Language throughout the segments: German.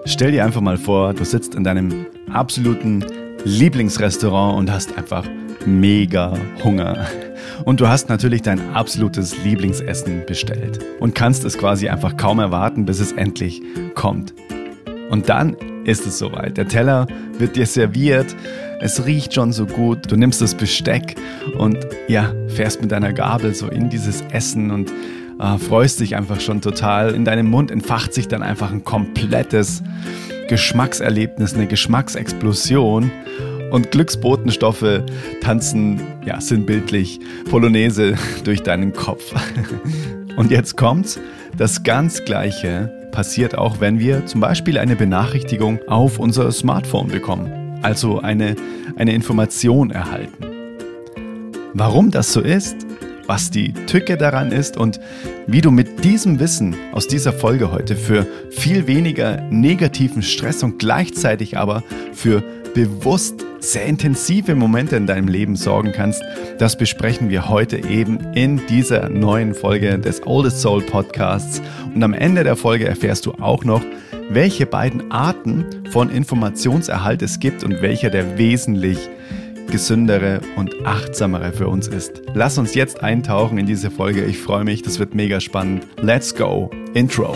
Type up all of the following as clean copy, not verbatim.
Stell dir einfach mal vor, du sitzt in deinem absoluten Lieblingsrestaurant und hast einfach mega Hunger. Und du hast natürlich dein absolutes Lieblingsessen bestellt und kannst es quasi einfach kaum erwarten, bis es endlich kommt. Und dann ist es soweit. Der Teller wird dir serviert, es riecht schon so gut, du nimmst das Besteck und fährst mit deiner Gabel so in dieses Essen und freust dich einfach schon total. In deinem Mund entfacht sich dann einfach ein komplettes Geschmackserlebnis, eine Geschmacksexplosion und Glücksbotenstoffe tanzen, sinnbildlich Polonaise durch deinen Kopf. Und jetzt kommt's, das ganz Gleiche passiert auch, wenn wir zum Beispiel eine Benachrichtigung auf unser Smartphone bekommen, also eine Information erhalten. Warum das so ist, was die Tücke daran ist und wie du mit diesem Wissen aus dieser Folge heute für viel weniger negativen Stress und gleichzeitig aber für bewusst sehr intensive Momente in deinem Leben sorgen kannst, das besprechen wir heute eben in dieser neuen Folge des Oldest Soul Podcasts. Und am Ende der Folge erfährst du auch noch, welche beiden Arten von Informationserhalt es gibt und welcher der wesentlich gesündere und achtsamere für uns ist. Lass uns jetzt eintauchen in diese Folge. Ich freue mich, das wird mega spannend. Let's go. Intro.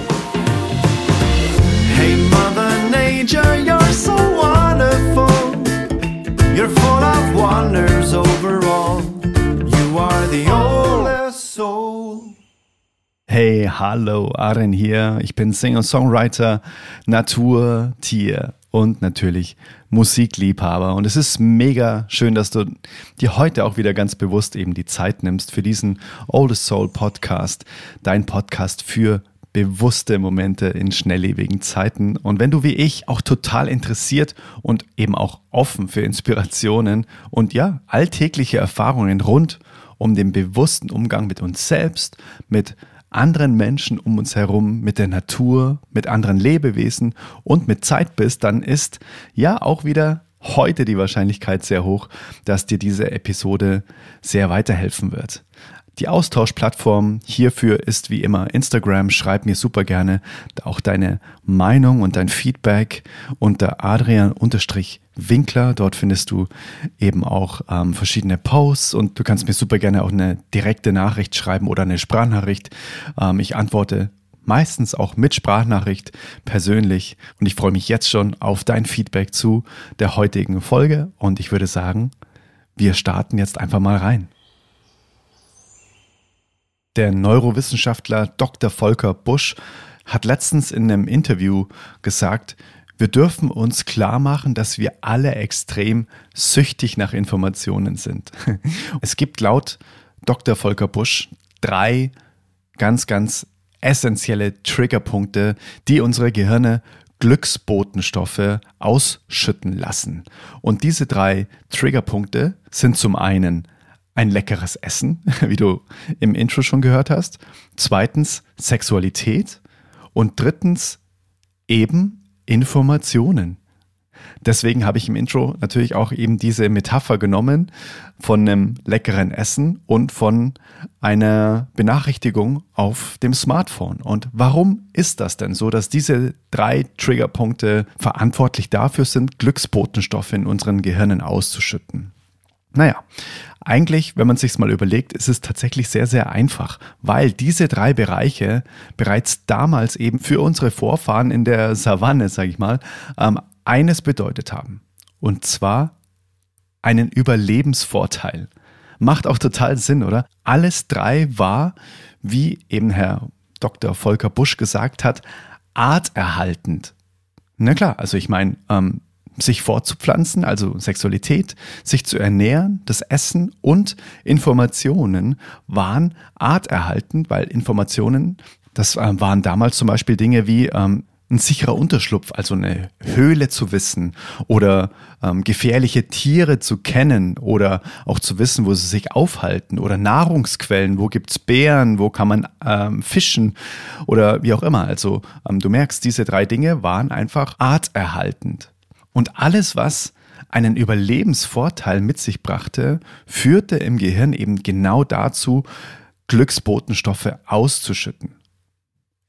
Hey Mother Nature, you're so wonderful. You're full of wonders overall. You are the oldest soul. Hey, hallo, Aren hier. Ich bin Singer-Songwriter, Natur, Tier und natürlich Musikliebhaber. Und es ist mega schön, dass du dir heute auch wieder ganz bewusst eben die Zeit nimmst für diesen Oldest Soul Podcast, dein Podcast für bewusste Momente in schnelllebigen Zeiten. Und wenn du wie ich auch total interessiert und eben auch offen für Inspirationen und alltägliche Erfahrungen rund um den bewussten Umgang mit uns selbst, mit anderen Menschen um uns herum, mit der Natur, mit anderen Lebewesen und mit Zeit bist, dann ist auch wieder heute die Wahrscheinlichkeit sehr hoch, dass dir diese Episode sehr weiterhelfen wird. Die Austauschplattform hierfür ist wie immer Instagram. Schreib mir super gerne auch deine Meinung und dein Feedback unter Adrian_Winkler. Dort findest du eben auch verschiedene Posts und du kannst mir super gerne auch eine direkte Nachricht schreiben oder eine Sprachnachricht. Ich antworte meistens auch mit Sprachnachricht persönlich und ich freue mich jetzt schon auf dein Feedback zu der heutigen Folge und ich würde sagen, wir starten jetzt einfach mal rein. Der Neurowissenschaftler Dr. Volker Busch hat letztens in einem Interview gesagt, wir dürfen uns klar machen, dass wir alle extrem süchtig nach Informationen sind. Es gibt laut Dr. Volker Busch 3 ganz, ganz essentielle Triggerpunkte, die unsere Gehirne Glücksbotenstoffe ausschütten lassen. Und diese 3 Triggerpunkte sind zum einen ein leckeres Essen, wie du im Intro schon gehört hast. 2. Sexualität. Und 3. eben Informationen. Deswegen habe ich im Intro natürlich auch eben diese Metapher genommen von einem leckeren Essen und von einer Benachrichtigung auf dem Smartphone. Und warum ist das denn so, dass diese 3 Triggerpunkte verantwortlich dafür sind, Glücksbotenstoffe in unseren Gehirnen auszuschütten? Eigentlich, wenn man sich's mal überlegt, ist es tatsächlich sehr, sehr einfach, weil diese 3 Bereiche bereits damals eben für unsere Vorfahren in der Savanne, sage ich mal, eines bedeutet haben. Und zwar einen Überlebensvorteil. Macht auch total Sinn, oder? Alles 3 war, wie eben Herr Dr. Volker Busch gesagt hat, arterhaltend. Na klar, also ich meine, sich fortzupflanzen, also Sexualität, sich zu ernähren, das Essen und Informationen waren arterhaltend, weil Informationen, das waren damals zum Beispiel Dinge wie ein sicherer Unterschlupf, also eine Höhle zu wissen oder gefährliche Tiere zu kennen oder auch zu wissen, wo sie sich aufhalten oder Nahrungsquellen, wo gibt's Bären, wo kann man fischen oder wie auch immer. Also du merkst, diese 3 Dinge waren einfach arterhaltend. Und alles, was einen Überlebensvorteil mit sich brachte, führte im Gehirn eben genau dazu, Glücksbotenstoffe auszuschütten.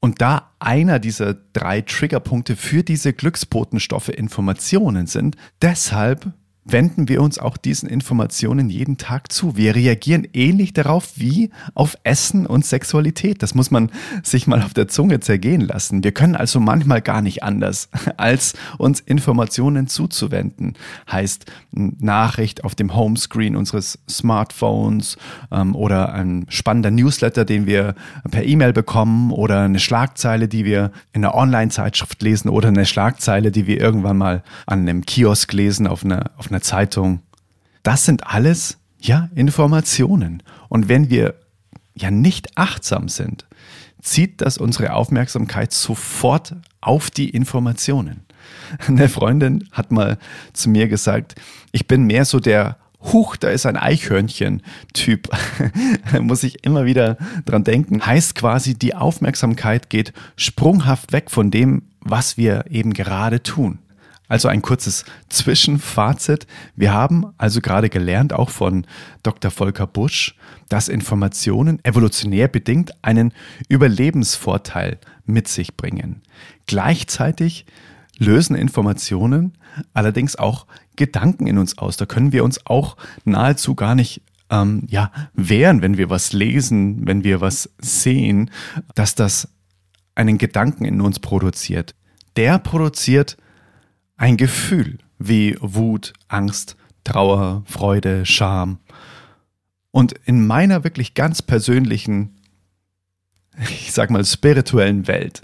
Und da einer dieser 3 Triggerpunkte für diese Glücksbotenstoffe Informationen sind, deshalb wenden wir uns auch diesen Informationen jeden Tag zu. Wir reagieren ähnlich darauf wie auf Essen und Sexualität. Das muss man sich mal auf der Zunge zergehen lassen. Wir können also manchmal gar nicht anders, als uns Informationen zuzuwenden. Heißt Nachricht auf dem Homescreen unseres Smartphones oder ein spannender Newsletter, den wir per E-Mail bekommen oder eine Schlagzeile, die wir in einer Online-Zeitschrift lesen oder eine Schlagzeile, die wir irgendwann mal an einem Kiosk lesen auf einer Zeitung. Das sind alles, Informationen. Und wenn wir nicht achtsam sind, zieht das unsere Aufmerksamkeit sofort auf die Informationen. Eine Freundin hat mal zu mir gesagt, ich bin mehr so der da ist ein Eichhörnchen-Typ. Muss ich immer wieder dran denken. Heißt quasi, die Aufmerksamkeit geht sprunghaft weg von dem, was wir eben gerade tun. Also ein kurzes Zwischenfazit. Wir haben also gerade gelernt, auch von Dr. Volker Busch, dass Informationen evolutionär bedingt einen Überlebensvorteil mit sich bringen. Gleichzeitig lösen Informationen allerdings auch Gedanken in uns aus. Da können wir uns auch nahezu gar nicht wehren, wenn wir was lesen, wenn wir was sehen, dass das einen Gedanken in uns produziert. Der produziert ein Gefühl wie Wut, Angst, Trauer, Freude, Scham. Und in meiner wirklich ganz persönlichen, ich sag mal spirituellen Welt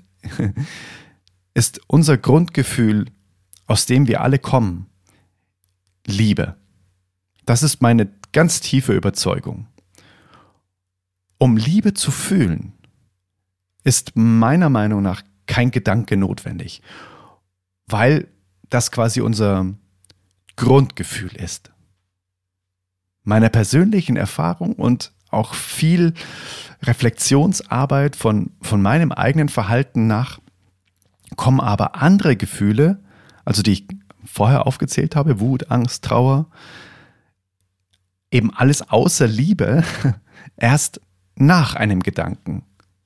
ist unser Grundgefühl, aus dem wir alle kommen, Liebe. Das ist meine ganz tiefe Überzeugung. Um Liebe zu fühlen, ist meiner Meinung nach kein Gedanke notwendig, weil das quasi unser Grundgefühl ist. Meiner persönlichen Erfahrung und auch viel Reflexionsarbeit von meinem eigenen Verhalten nach kommen aber andere Gefühle, also die ich vorher aufgezählt habe, Wut, Angst, Trauer, eben alles außer Liebe, erst nach einem Gedanken,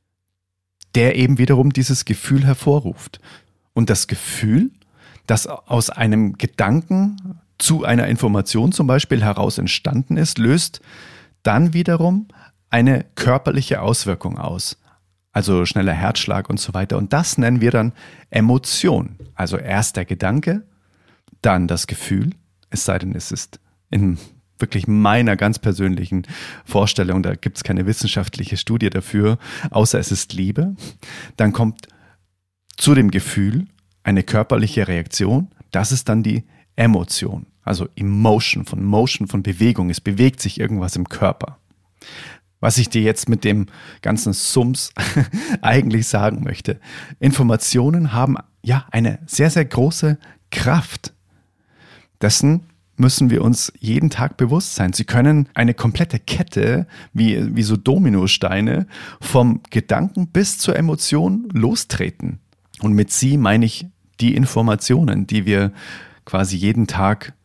der eben wiederum dieses Gefühl hervorruft. Und das Gefühl, das aus einem Gedanken zu einer Information zum Beispiel heraus entstanden ist, löst dann wiederum eine körperliche Auswirkung aus. Also schneller Herzschlag und so weiter. Und das nennen wir dann Emotion. Also erst der Gedanke, dann das Gefühl, es sei denn, es ist in wirklich meiner ganz persönlichen Vorstellung, da gibt es keine wissenschaftliche Studie dafür, außer es ist Liebe. Dann kommt zu dem Gefühl eine körperliche Reaktion, das ist dann die Emotion, also Emotion, von Bewegung, es bewegt sich irgendwas im Körper. Was ich dir jetzt mit dem ganzen Sums eigentlich sagen möchte, Informationen haben eine sehr, sehr große Kraft. Dessen müssen wir uns jeden Tag bewusst sein. Sie können eine komplette Kette, wie so Dominosteine, vom Gedanken bis zur Emotion lostreten. Und mit sie meine ich die Informationen, die wir quasi jeden Tag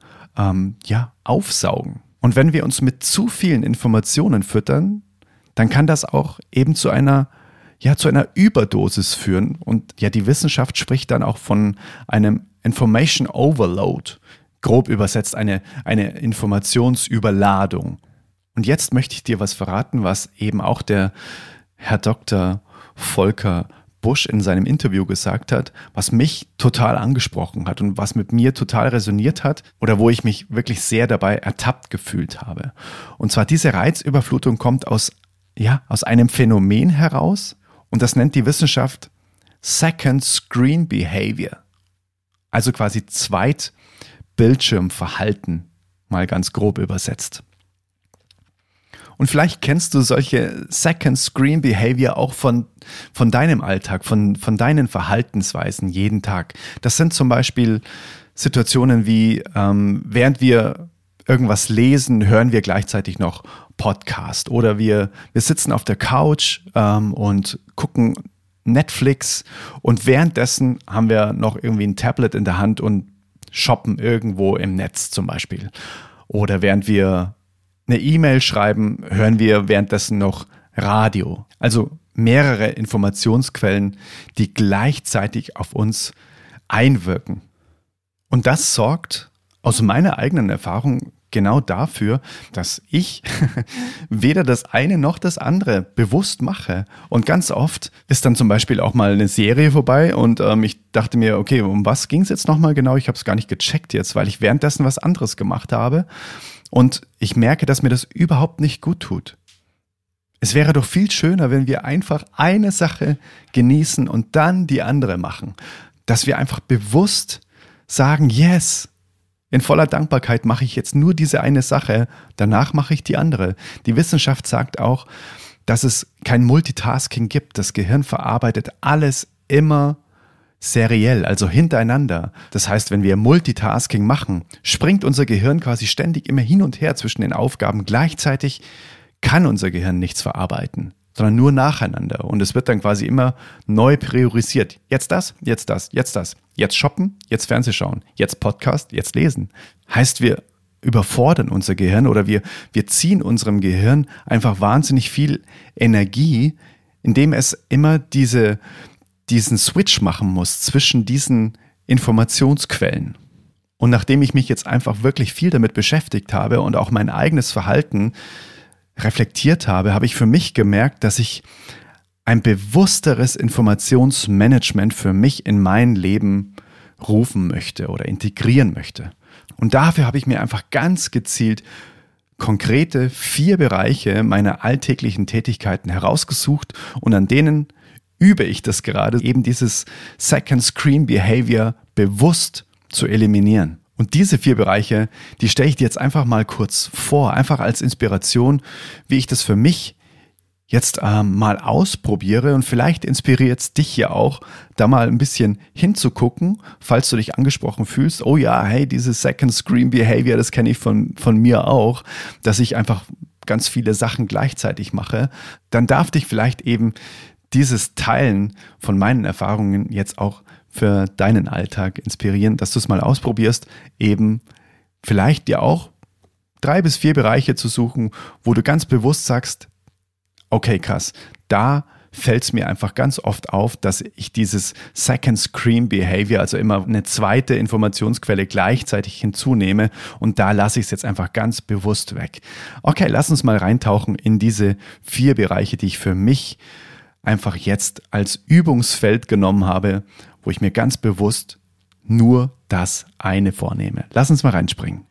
aufsaugen. Und wenn wir uns mit zu vielen Informationen füttern, dann kann das auch eben zu einer Überdosis führen. Und die Wissenschaft spricht dann auch von einem Information Overload. Grob übersetzt eine Informationsüberladung. Und jetzt möchte ich dir was verraten, was eben auch der Herr Dr. Volker Busch in seinem Interview gesagt hat, was mich total angesprochen hat und was mit mir total resoniert hat oder wo ich mich wirklich sehr dabei ertappt gefühlt habe. Und zwar diese Reizüberflutung kommt aus einem Phänomen heraus und das nennt die Wissenschaft Second Screen Behavior. Also quasi Zweitbildschirmverhalten, mal ganz grob übersetzt. Und vielleicht kennst du solche Second Screen Behavior auch von deinem Alltag, von deinen Verhaltensweisen jeden Tag. Das sind zum Beispiel Situationen wie, während wir irgendwas lesen, hören wir gleichzeitig noch Podcast oder wir sitzen auf der Couch und gucken Netflix und währenddessen haben wir noch irgendwie ein Tablet in der Hand und shoppen irgendwo im Netz zum Beispiel. Oder während wir eine E-Mail schreiben, hören wir währenddessen noch Radio. Also mehrere Informationsquellen, die gleichzeitig auf uns einwirken. Und das sorgt aus meiner eigenen Erfahrung genau dafür, dass ich weder das eine noch das andere bewusst mache. Und ganz oft ist dann zum Beispiel auch mal eine Serie vorbei und ich dachte mir, okay, um was ging es jetzt nochmal genau? Ich habe es gar nicht gecheckt jetzt, weil ich währenddessen was anderes gemacht habe. Und ich merke, dass mir das überhaupt nicht gut tut. Es wäre doch viel schöner, wenn wir einfach eine Sache genießen und dann die andere machen. Dass wir einfach bewusst sagen, yes, in voller Dankbarkeit mache ich jetzt nur diese eine Sache, danach mache ich die andere. Die Wissenschaft sagt auch, dass es kein Multitasking gibt. Das Gehirn verarbeitet alles immer seriell, also hintereinander. Das heißt, wenn wir Multitasking machen, springt unser Gehirn quasi ständig immer hin und her zwischen den Aufgaben. Gleichzeitig kann unser Gehirn nichts verarbeiten, sondern nur nacheinander. Und es wird dann quasi immer neu priorisiert. Jetzt das, jetzt das, jetzt das. Jetzt shoppen, jetzt Fernseh schauen, jetzt Podcast, jetzt lesen. Heißt, wir überfordern unser Gehirn oder wir ziehen unserem Gehirn einfach wahnsinnig viel Energie, indem es immer diesen Switch machen muss zwischen diesen Informationsquellen. Und nachdem ich mich jetzt einfach wirklich viel damit beschäftigt habe und auch mein eigenes Verhalten reflektiert habe, habe ich für mich gemerkt, dass ich ein bewussteres Informationsmanagement für mich in mein Leben rufen möchte oder integrieren möchte. Und dafür habe ich mir einfach ganz gezielt konkrete 4 Bereiche meiner alltäglichen Tätigkeiten herausgesucht und an denen übe ich das gerade, eben dieses Second Screen Behavior bewusst zu eliminieren. Und diese 4 Bereiche, die stelle ich dir jetzt einfach mal kurz vor, einfach als Inspiration, wie ich das für mich jetzt mal ausprobiere, und vielleicht inspiriert es dich ja auch, da mal ein bisschen hinzugucken, falls du dich angesprochen fühlst. Oh ja, hey, dieses Second Screen Behavior, das kenne ich von mir auch, dass ich einfach ganz viele Sachen gleichzeitig mache. Dann darf dich vielleicht eben dieses Teilen von meinen Erfahrungen jetzt auch für deinen Alltag inspirieren, dass du es mal ausprobierst, eben vielleicht dir auch 3 bis 4 Bereiche zu suchen, wo du ganz bewusst sagst, okay, krass, da fällt es mir einfach ganz oft auf, dass ich dieses Second Screen Behavior, also immer eine zweite Informationsquelle gleichzeitig hinzunehme, und da lasse ich es jetzt einfach ganz bewusst weg. Okay, lass uns mal reintauchen in diese 4 Bereiche, die ich für mich einfach jetzt als Übungsfeld genommen habe, wo ich mir ganz bewusst nur das eine vornehme. Lass uns mal reinspringen.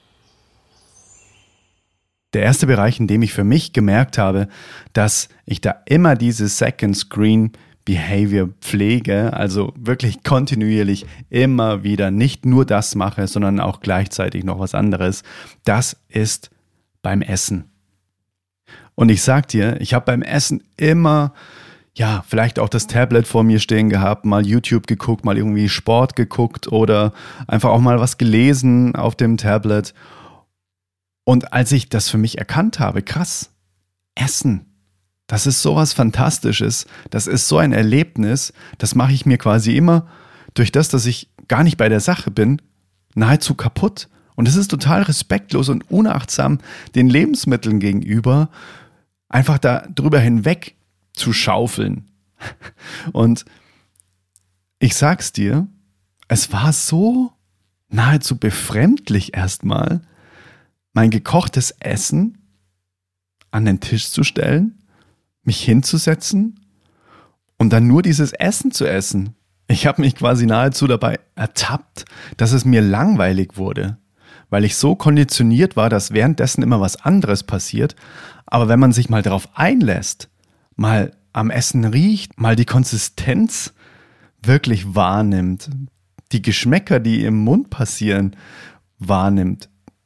Der erste Bereich, in dem ich für mich gemerkt habe, dass ich da immer dieses Second Screen Behavior pflege, also wirklich kontinuierlich immer wieder nicht nur das mache, sondern auch gleichzeitig noch was anderes, das ist beim Essen. Und ich sag dir, ich habe beim Essen immer, ja, vielleicht auch das Tablet vor mir stehen gehabt, mal YouTube geguckt, mal irgendwie Sport geguckt oder einfach auch mal was gelesen auf dem Tablet. Und als ich das für mich erkannt habe, krass, Essen, das ist sowas Fantastisches, das ist so ein Erlebnis, das mache ich mir quasi immer durch das, dass ich gar nicht bei der Sache bin, nahezu kaputt. Und es ist total respektlos und unachtsam den Lebensmitteln gegenüber, einfach da drüber hinweg zu schaufeln. Und ich sag's dir, es war so nahezu befremdlich erstmal, mein gekochtes Essen an den Tisch zu stellen, mich hinzusetzen und dann nur dieses Essen zu essen. Ich habe mich quasi nahezu dabei ertappt, dass es mir langweilig wurde, weil ich so konditioniert war, dass währenddessen immer was anderes passiert. Aber wenn man sich mal darauf einlässt, mal am Essen riecht, mal die Konsistenz wirklich wahrnimmt, die Geschmäcker, die im Mund passieren, wahrnimmt,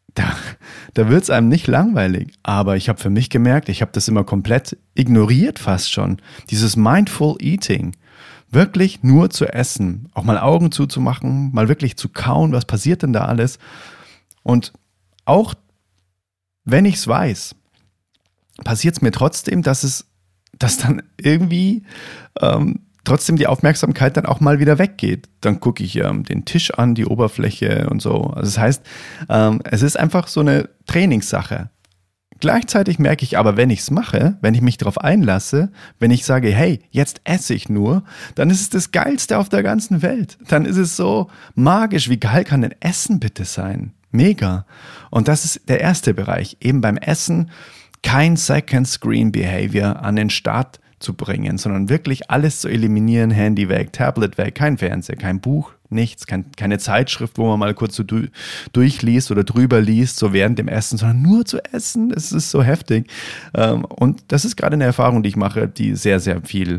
da wird es einem nicht langweilig. Aber ich habe für mich gemerkt, ich habe das immer komplett ignoriert fast schon. Dieses Mindful Eating, wirklich nur zu essen, auch mal Augen zuzumachen, mal wirklich zu kauen, was passiert denn da alles? Und auch wenn ich es weiß, passiert es mir trotzdem, dass dann irgendwie trotzdem die Aufmerksamkeit dann auch mal wieder weggeht. Dann gucke ich den Tisch an, die Oberfläche und so. Also das heißt, es ist einfach so eine Trainingssache. gleichzeitig merke ich aber, wenn ich es mache, wenn ich mich darauf einlasse, wenn ich sage, hey, jetzt esse ich nur, dann ist es das Geilste auf der ganzen Welt. Dann ist es so magisch. Wie geil kann denn Essen bitte sein? Mega. Und das ist der erste Bereich. Eben beim Essen kein Second Screen Behavior an den Start zu bringen, sondern wirklich alles zu eliminieren, Handy weg, Tablet weg, kein Fernseher, kein Buch, nichts, keine Zeitschrift, wo man mal kurz so durchliest oder drüber liest, so während dem Essen, sondern nur zu essen. Das ist so heftig. Und das ist gerade eine Erfahrung, die ich mache, die sehr, sehr viel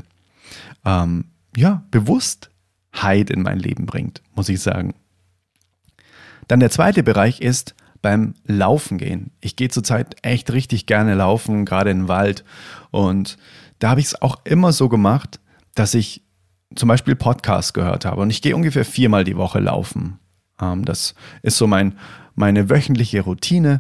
Bewusstheit in mein Leben bringt, muss ich sagen. Dann der zweite Bereich ist beim Laufen gehen. Ich gehe zurzeit echt richtig gerne laufen, gerade in den Wald. Und da habe ich es auch immer so gemacht, dass ich zum Beispiel Podcasts gehört habe. Und ich gehe ungefähr 4-mal die Woche laufen. Das ist so meine wöchentliche Routine.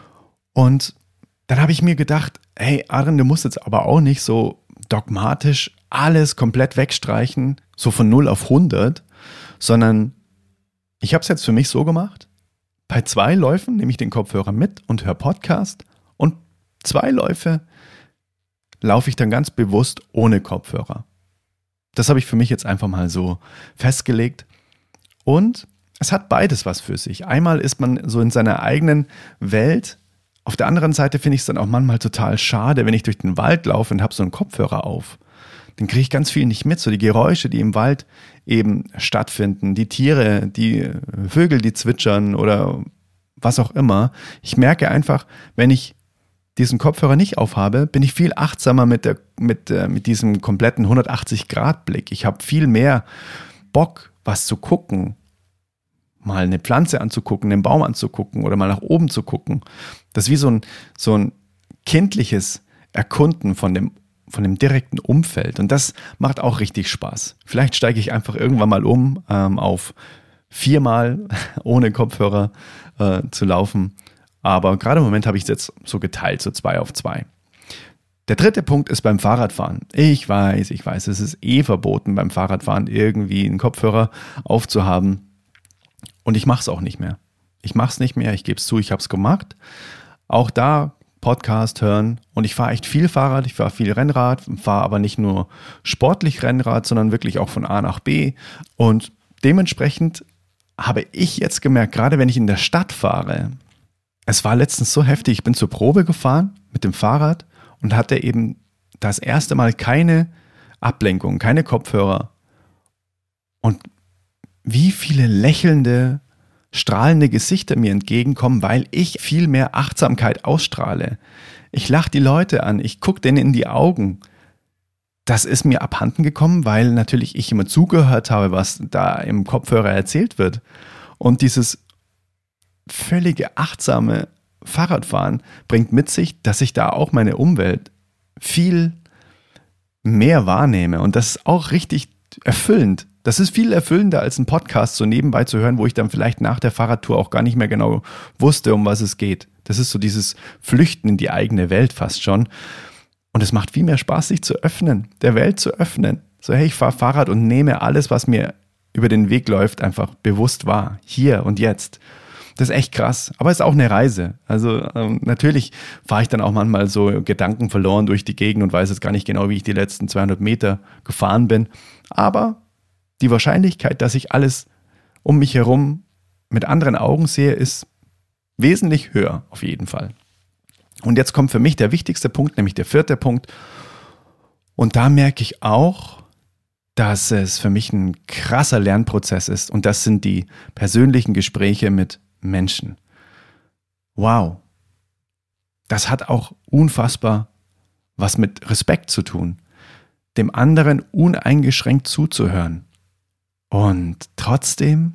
Und dann habe ich mir gedacht, hey Adrian, du musst jetzt aber auch nicht so dogmatisch alles komplett wegstreichen, so von 0 auf 100, sondern ich habe es jetzt für mich so gemacht, bei 2 Läufen nehme ich den Kopfhörer mit und höre Podcast und 2 Läufe laufe ich dann ganz bewusst ohne Kopfhörer. Das habe ich für mich jetzt einfach mal so festgelegt. Und es hat beides was für sich. Einmal ist man so in seiner eigenen Welt. Auf der anderen Seite finde ich es dann auch manchmal total schade, wenn ich durch den Wald laufe und habe so einen Kopfhörer auf. Dann kriege ich ganz viel nicht mit. So die Geräusche, die im Wald eben stattfinden, die Tiere, die Vögel, die zwitschern oder was auch immer. Ich merke einfach, wenn ich diesen Kopfhörer nicht aufhabe, bin ich viel achtsamer mit diesem kompletten 180-Grad-Blick. Ich habe viel mehr Bock, was zu gucken. Mal eine Pflanze anzugucken, einen Baum anzugucken oder mal nach oben zu gucken. Das ist wie so ein kindliches Erkunden von dem direkten Umfeld. Und das macht auch richtig Spaß. Vielleicht steige ich einfach irgendwann mal auf 4-mal ohne Kopfhörer zu laufen. Aber gerade im Moment habe ich es jetzt so geteilt, so 2 auf 2. Der dritte Punkt ist beim Fahrradfahren. Ich weiß, es ist verboten, beim Fahrradfahren irgendwie einen Kopfhörer aufzuhaben. Und ich mache es auch nicht mehr. Ich mache es nicht mehr, ich gebe es zu, ich habe es gemacht. Auch da Podcast hören. Und ich fahre echt viel Fahrrad, ich fahre viel Rennrad, fahre aber nicht nur sportlich Rennrad, sondern wirklich auch von A nach B. Und dementsprechend habe ich jetzt gemerkt, gerade wenn ich in der Stadt fahre, es war letztens so heftig, ich bin zur Probe gefahren mit dem Fahrrad und hatte eben das erste Mal keine Ablenkung, keine Kopfhörer. Und wie viele lächelnde, strahlende Gesichter mir entgegenkommen, weil ich viel mehr Achtsamkeit ausstrahle. Ich lache die Leute an, ich gucke denen in die Augen. Das ist mir abhanden gekommen, weil natürlich ich immer zugehört habe, was da im Kopfhörer erzählt wird. Und dieses völlige achtsame Fahrradfahren bringt mit sich, dass ich da auch meine Umwelt viel mehr wahrnehme. Und das ist auch richtig erfüllend. Das ist viel erfüllender als ein Podcast so nebenbei zu hören, wo ich dann vielleicht nach der Fahrradtour auch gar nicht mehr genau wusste, um was es geht. Das ist so dieses Flüchten in die eigene Welt fast schon. Und es macht viel mehr Spaß, sich zu öffnen, der Welt zu öffnen. So, hey, ich fahre Fahrrad und nehme alles, was mir über den Weg läuft, einfach bewusst wahr. Hier und jetzt. Das ist echt krass. Aber es ist auch eine Reise. Also natürlich fahre ich dann auch manchmal so Gedanken verloren durch die Gegend und weiß jetzt gar nicht genau, wie ich die letzten 200 Meter gefahren bin. Aber die Wahrscheinlichkeit, dass ich alles um mich herum mit anderen Augen sehe, ist wesentlich höher, auf jeden Fall. Und jetzt kommt für mich der wichtigste Punkt, nämlich der 4. Punkt. Und da merke ich auch, dass es für mich ein krasser Lernprozess ist. Und das sind die persönlichen Gespräche mit Menschen. Wow. Das hat auch unfassbar was mit Respekt zu tun. Dem anderen uneingeschränkt zuzuhören. Und trotzdem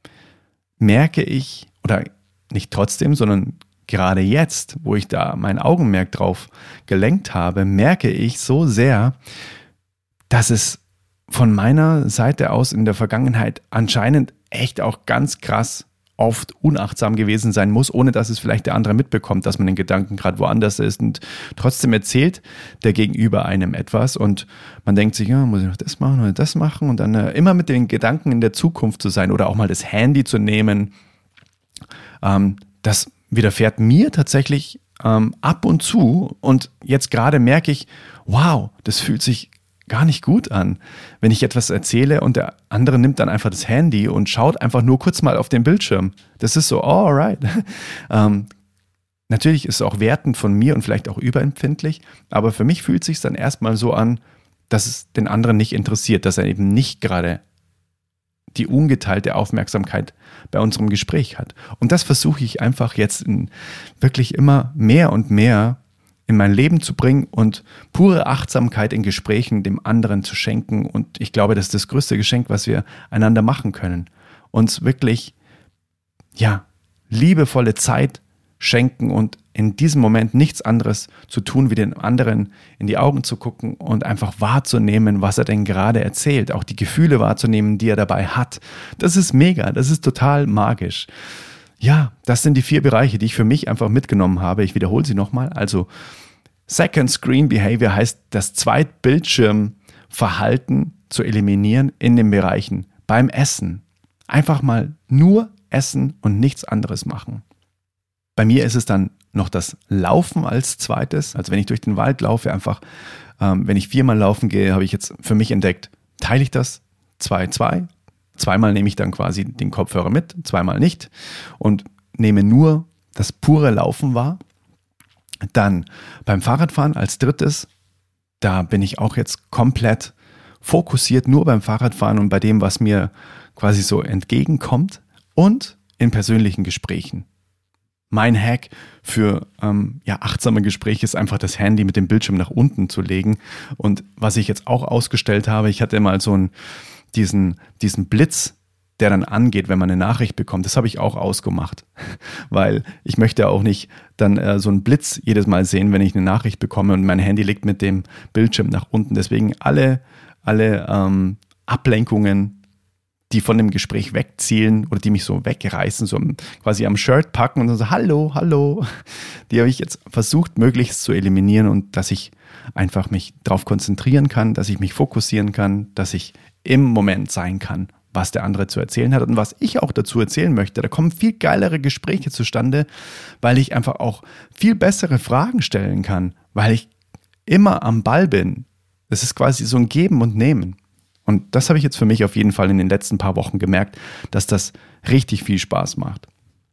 merke ich, oder nicht trotzdem, sondern gerade jetzt, wo ich da mein Augenmerk drauf gelenkt habe, merke ich so sehr, dass es von meiner Seite aus in der Vergangenheit anscheinend echt auch ganz krass oft unachtsam gewesen sein muss, ohne dass es vielleicht der andere mitbekommt, dass man in Gedanken gerade woanders ist. Und trotzdem erzählt der Gegenüber einem etwas und man denkt sich, ja, muss ich noch das machen oder das machen und dann immer mit den Gedanken in der Zukunft zu sein oder auch mal das Handy zu nehmen. Das widerfährt mir tatsächlich ab und zu, und jetzt gerade merke ich, wow, das fühlt sich gar nicht gut an, wenn ich etwas erzähle und der andere nimmt dann einfach das Handy und schaut einfach nur kurz mal auf den Bildschirm. Das ist so, oh, alright. Natürlich ist es auch wertend von mir und vielleicht auch überempfindlich, aber für mich fühlt es sich dann erstmal so an, dass es den anderen nicht interessiert, dass er eben nicht gerade die ungeteilte Aufmerksamkeit bei unserem Gespräch hat. Und das versuche ich einfach jetzt wirklich immer mehr und mehr in mein Leben zu bringen und pure Achtsamkeit in Gesprächen dem anderen zu schenken. Und ich glaube, das ist das größte Geschenk, was wir einander machen können. Uns wirklich, liebevolle Zeit schenken und in diesem Moment nichts anderes zu tun, wie den anderen in die Augen zu gucken und einfach wahrzunehmen, was er denn gerade erzählt. Auch die Gefühle wahrzunehmen, die er dabei hat. Das ist mega, das ist total magisch. Ja, das sind die 4 Bereiche, die ich für mich einfach mitgenommen habe. Ich wiederhole sie nochmal. Also Second Screen Behavior heißt, das Zweitbildschirmverhalten zu eliminieren in den Bereichen beim Essen. Einfach mal nur essen und nichts anderes machen. Bei mir ist es dann noch das Laufen als zweites. Also wenn ich durch den Wald laufe, einfach, wenn ich 4-mal laufen gehe, habe ich jetzt für mich entdeckt, teile ich das 2-2. 2-mal nehme ich dann quasi den Kopfhörer mit, 2-mal nicht und nehme nur das pure Laufen wahr. Dann beim Fahrradfahren als drittes, da bin ich auch jetzt komplett fokussiert nur beim Fahrradfahren und bei dem, was mir quasi so entgegenkommt, und in persönlichen Gesprächen. Mein Hack für achtsame Gespräche ist einfach das Handy mit dem Bildschirm nach unten zu legen. Und was ich jetzt auch ausgestellt habe, ich hatte mal so diesen Blitz, der dann angeht, wenn man eine Nachricht bekommt. Das habe ich auch ausgemacht, weil ich möchte auch nicht dann so einen Blitz jedes Mal sehen, wenn ich eine Nachricht bekomme und mein Handy liegt mit dem Bildschirm nach unten. Deswegen alle Ablenkungen, die von dem Gespräch wegzielen oder die mich so wegreißen, so quasi am Shirt packen und dann so, hallo, die habe ich jetzt versucht, möglichst zu eliminieren und dass ich einfach mich darauf konzentrieren kann, dass ich mich fokussieren kann, dass ich im Moment sein kann, was der andere zu erzählen hat und was ich auch dazu erzählen möchte. Da kommen viel geilere Gespräche zustande, weil ich einfach auch viel bessere Fragen stellen kann, weil ich immer am Ball bin. Es ist quasi so ein Geben und Nehmen. Und das habe ich jetzt für mich auf jeden Fall in den letzten paar Wochen gemerkt, dass das richtig viel Spaß macht.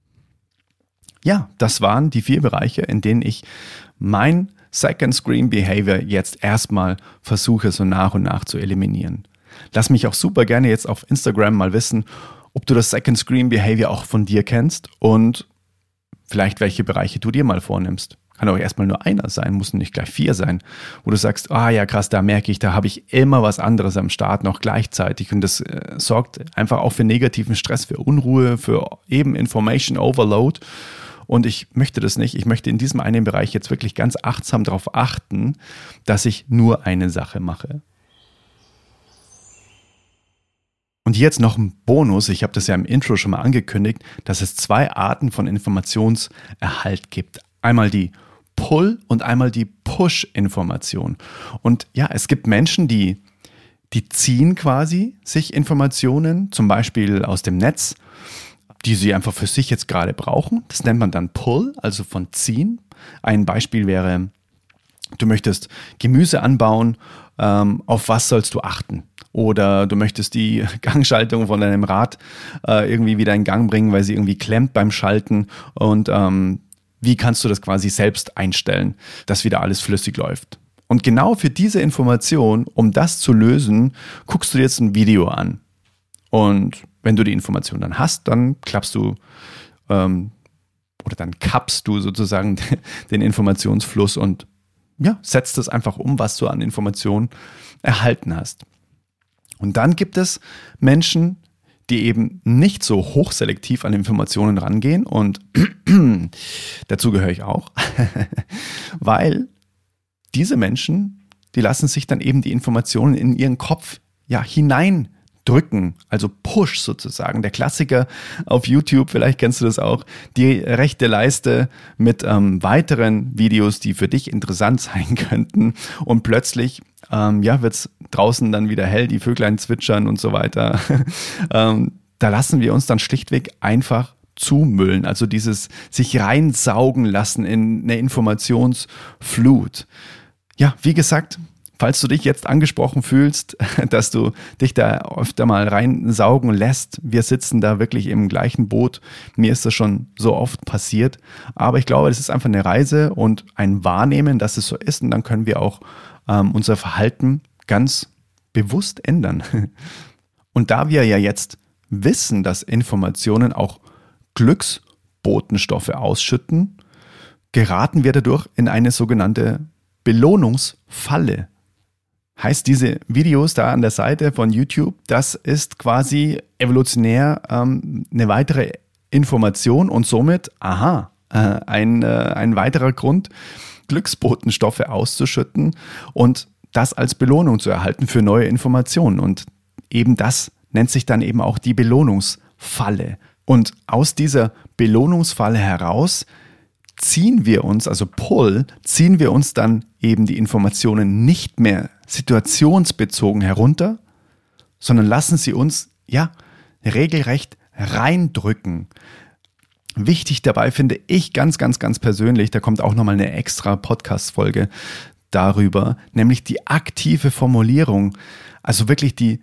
Ja, das waren die 4 Bereiche, in denen ich mein Second Screen Behavior jetzt erstmal versuche, so nach und nach zu eliminieren. Lass mich auch super gerne jetzt auf Instagram mal wissen, ob du das Second Screen Behavior auch von dir kennst und vielleicht welche Bereiche du dir mal vornimmst. Kann auch erstmal nur einer sein, muss nicht gleich 4 sein, wo du sagst, ja krass, da merke ich, da habe ich immer was anderes am Start noch gleichzeitig und das sorgt einfach auch für negativen Stress, für Unruhe, für eben Information Overload und ich möchte das nicht. Ich möchte in diesem einen Bereich jetzt wirklich ganz achtsam darauf achten, dass ich nur eine Sache mache. Und jetzt noch ein Bonus, ich habe das ja im Intro schon mal angekündigt, dass es 2 Arten von Informationserhalt gibt. Einmal die Pull- und einmal die Push-Information. Und ja, es gibt Menschen, die ziehen quasi sich Informationen, zum Beispiel aus dem Netz, die sie einfach für sich jetzt gerade brauchen. Das nennt man dann Pull, also von ziehen. Ein Beispiel wäre, du möchtest Gemüse anbauen, auf was sollst du achten? Oder du möchtest die Gangschaltung von deinem Rad irgendwie wieder in Gang bringen, weil sie irgendwie klemmt beim Schalten und wie kannst du das quasi selbst einstellen, dass wieder alles flüssig läuft. Und genau für diese Information, um das zu lösen, guckst du dir jetzt ein Video an. Und wenn du die Information dann hast, dann klappst du oder dann kappst du sozusagen den Informationsfluss und setzt das einfach um, was du an Informationen erhalten hast. Und dann gibt es Menschen, die eben nicht so hochselektiv an Informationen rangehen und dazu gehöre ich auch, weil diese Menschen, die lassen sich dann eben die Informationen in ihren Kopf hineindrücken, also Push sozusagen. Der Klassiker auf YouTube, vielleicht kennst du das auch, die rechte Leiste mit weiteren Videos, die für dich interessant sein könnten und plötzlich wird es draußen dann wieder hell, die Vöglein zwitschern und so weiter. Da lassen wir uns dann schlichtweg einfach zumüllen, also dieses sich reinsaugen lassen in eine Informationsflut. Ja, wie gesagt, falls du dich jetzt angesprochen fühlst, dass du dich da öfter mal reinsaugen lässt, wir sitzen da wirklich im gleichen Boot. Mir ist das schon so oft passiert, aber ich glaube, das ist einfach eine Reise und ein Wahrnehmen, dass es so ist, und dann können wir auch unser Verhalten ganz bewusst ändern. Und da wir ja jetzt wissen, dass Informationen auch Glücksbotenstoffe ausschütten, geraten wir dadurch in eine sogenannte Belohnungsfalle. Heißt, diese Videos da an der Seite von YouTube, das ist quasi evolutionär eine weitere Information und somit, ein weiterer Grund, Glücksbotenstoffe auszuschütten und das als Belohnung zu erhalten für neue Informationen. Und eben das nennt sich dann eben auch die Belohnungsfalle. Und aus dieser Belohnungsfalle heraus ziehen wir uns dann eben die Informationen nicht mehr situationsbezogen herunter, sondern lassen sie uns, regelrecht reindrücken. Wichtig dabei finde ich ganz, ganz, ganz persönlich, da kommt auch nochmal eine extra Podcast-Folge darüber, nämlich die aktive Formulierung, also wirklich die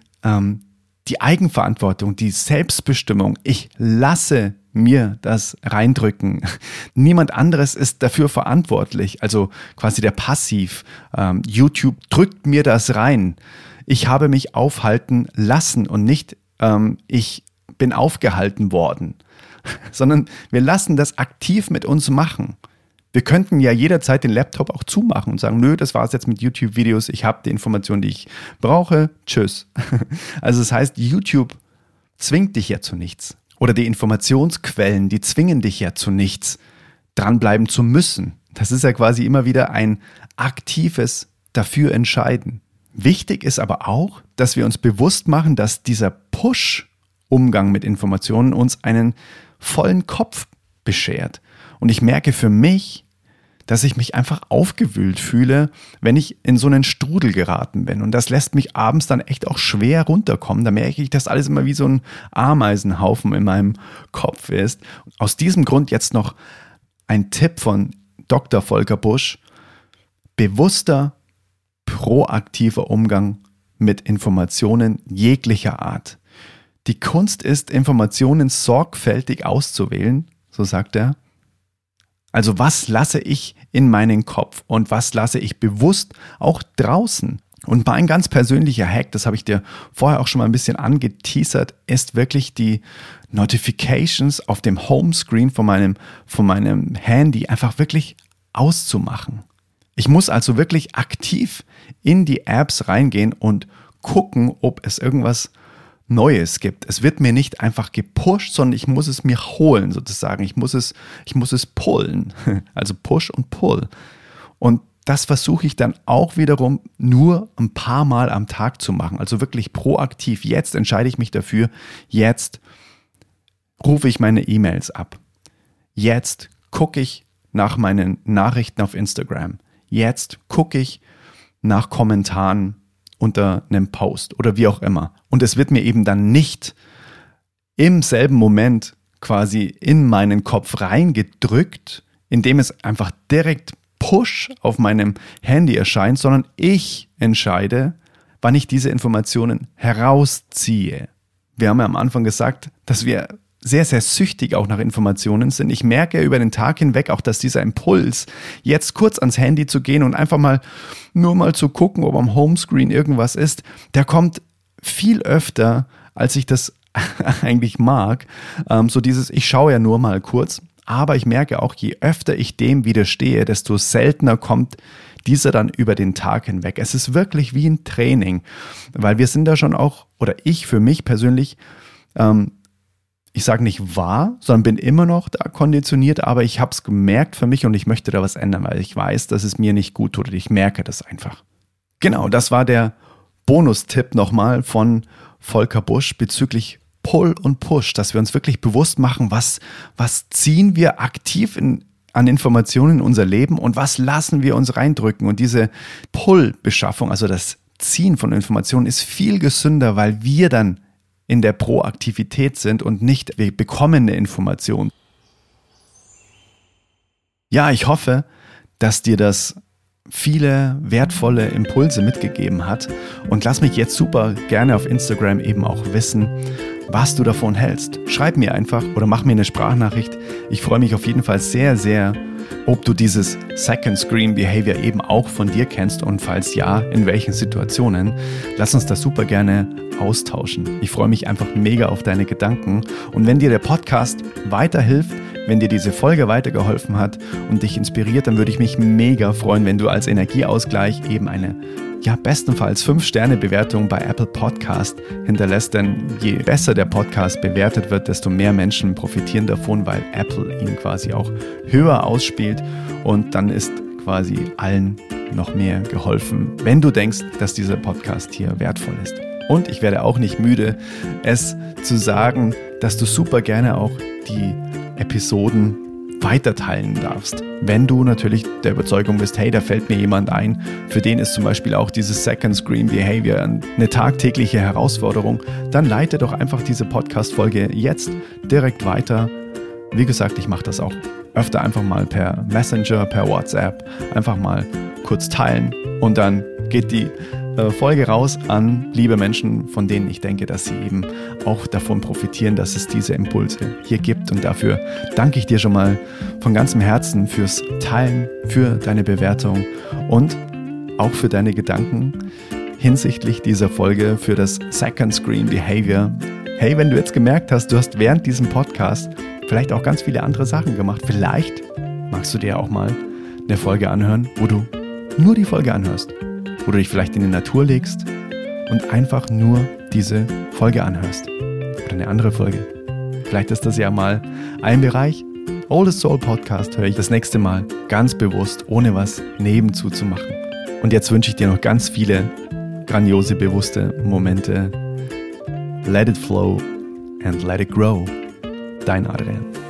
Eigenverantwortung, die Selbstbestimmung. Ich lasse mir das reindrücken. Niemand anderes ist dafür verantwortlich, also quasi der Passiv. YouTube drückt mir das rein. Ich habe mich aufhalten lassen und nicht ich bin aufgehalten worden, sondern wir lassen das aktiv mit uns machen. Wir könnten ja jederzeit den Laptop auch zumachen und sagen, nö, das war's jetzt mit YouTube-Videos, ich habe die Informationen, die ich brauche, tschüss. Also das heißt, YouTube zwingt dich ja zu nichts. Oder die Informationsquellen, die zwingen dich ja zu nichts, dranbleiben zu müssen. Das ist ja quasi immer wieder ein aktives Dafür-Entscheiden. Wichtig ist aber auch, dass wir uns bewusst machen, dass dieser Push-Umgang mit Informationen uns einen vollen Kopf beschert. Und ich merke für mich, dass ich mich einfach aufgewühlt fühle, wenn ich in so einen Strudel geraten bin. Und das lässt mich abends dann echt auch schwer runterkommen. Da merke ich, dass alles immer wie so ein Ameisenhaufen in meinem Kopf ist. Aus diesem Grund jetzt noch ein Tipp von Dr. Volker Busch. Bewusster, proaktiver Umgang mit Informationen jeglicher Art. Die Kunst ist, Informationen sorgfältig auszuwählen, so sagt er. Also was lasse ich in meinen Kopf und was lasse ich bewusst auch draußen? Und mein ganz persönlicher Hack, das habe ich dir vorher auch schon mal ein bisschen angeteasert, ist wirklich die Notifications auf dem Homescreen von meinem Handy einfach wirklich auszumachen. Ich muss also wirklich aktiv in die Apps reingehen und gucken, ob es irgendwas Neues gibt. Es wird mir nicht einfach gepusht, sondern ich muss es mir holen sozusagen. Ich muss es pullen. Also Push und Pull. Und das versuche ich dann auch wiederum nur ein paar Mal am Tag zu machen. Also wirklich proaktiv. Jetzt entscheide ich mich dafür. Jetzt rufe ich meine E-Mails ab. Jetzt gucke ich nach meinen Nachrichten auf Instagram. Jetzt gucke ich nach Kommentaren unter einem Post oder wie auch immer. Und es wird mir eben dann nicht im selben Moment quasi in meinen Kopf reingedrückt, indem es einfach direkt Push auf meinem Handy erscheint, sondern ich entscheide, wann ich diese Informationen herausziehe. Wir haben ja am Anfang gesagt, dass wir sehr, sehr süchtig auch nach Informationen sind. Ich merke über den Tag hinweg auch, dass dieser Impuls, jetzt kurz ans Handy zu gehen und einfach nur mal zu gucken, ob am Homescreen irgendwas ist, der kommt viel öfter, als ich das eigentlich mag. So dieses, ich schaue ja nur mal kurz, aber ich merke auch, je öfter ich dem widerstehe, desto seltener kommt dieser dann über den Tag hinweg. Es ist wirklich wie ein Training, weil wir sind da schon auch, oder ich für mich persönlich, ich sage nicht wahr, sondern bin immer noch da konditioniert, aber ich habe es gemerkt für mich und ich möchte da was ändern, weil ich weiß, dass es mir nicht gut tut und ich merke das einfach. Genau, das war der Bonustipp nochmal von Volker Busch bezüglich Pull und Push, dass wir uns wirklich bewusst machen, was ziehen wir aktiv an Informationen in unser Leben und was lassen wir uns reindrücken. Und diese Pull-Beschaffung, also das Ziehen von Informationen, ist viel gesünder, weil wir dann in der Proaktivität sind und nicht, wir bekommen eine Information. Ja, ich hoffe, dass dir das viele wertvolle Impulse mitgegeben hat und lass mich jetzt super gerne auf Instagram eben auch wissen, was du davon hältst. Schreib mir einfach oder mach mir eine Sprachnachricht. Ich freue mich auf jeden Fall sehr, sehr, ob du dieses Second Screen Behavior eben auch von dir kennst und falls ja, in welchen Situationen. Lass uns das super gerne austauschen. Ich freue mich einfach mega auf deine Gedanken und wenn dir der Podcast weiterhilft, wenn dir diese Folge weitergeholfen hat und dich inspiriert, dann würde ich mich mega freuen, wenn du als Energieausgleich eben eine, bestenfalls 5-Sterne-Bewertung bei Apple Podcast hinterlässt, denn je besser der Podcast bewertet wird, desto mehr Menschen profitieren davon, weil Apple ihn quasi auch höher ausspielt und dann ist quasi allen noch mehr geholfen, wenn du denkst, dass dieser Podcast hier wertvoll ist. Und ich werde auch nicht müde, es zu sagen, dass du super gerne auch die Episoden weiterteilen darfst. Wenn du natürlich der Überzeugung bist, hey, da fällt mir jemand ein, für den ist zum Beispiel auch dieses Second Screen Behavior eine tagtägliche Herausforderung, dann leite doch einfach diese Podcast-Folge jetzt direkt weiter. Wie gesagt, ich mache das auch öfter einfach mal per Messenger, per WhatsApp, einfach mal kurz teilen und dann geht die Folge raus an liebe Menschen, von denen ich denke, dass sie eben auch davon profitieren, dass es diese Impulse hier gibt. Und dafür danke ich dir schon mal von ganzem Herzen fürs Teilen, für deine Bewertung und auch für deine Gedanken hinsichtlich dieser Folge für das Second Screen Behavior. Hey, wenn du jetzt gemerkt hast, du hast während diesem Podcast vielleicht auch ganz viele andere Sachen gemacht, vielleicht magst du dir auch mal eine Folge anhören, wo du nur die Folge anhörst. Wo du dich vielleicht in die Natur legst und einfach nur diese Folge anhörst. Oder eine andere Folge. Vielleicht ist das ja mal ein Bereich. Oldest Soul Podcast höre ich das nächste Mal ganz bewusst, ohne was nebenzu zu machen. Und jetzt wünsche ich dir noch ganz viele grandiose, bewusste Momente. Let it flow and let it grow. Dein Adrian.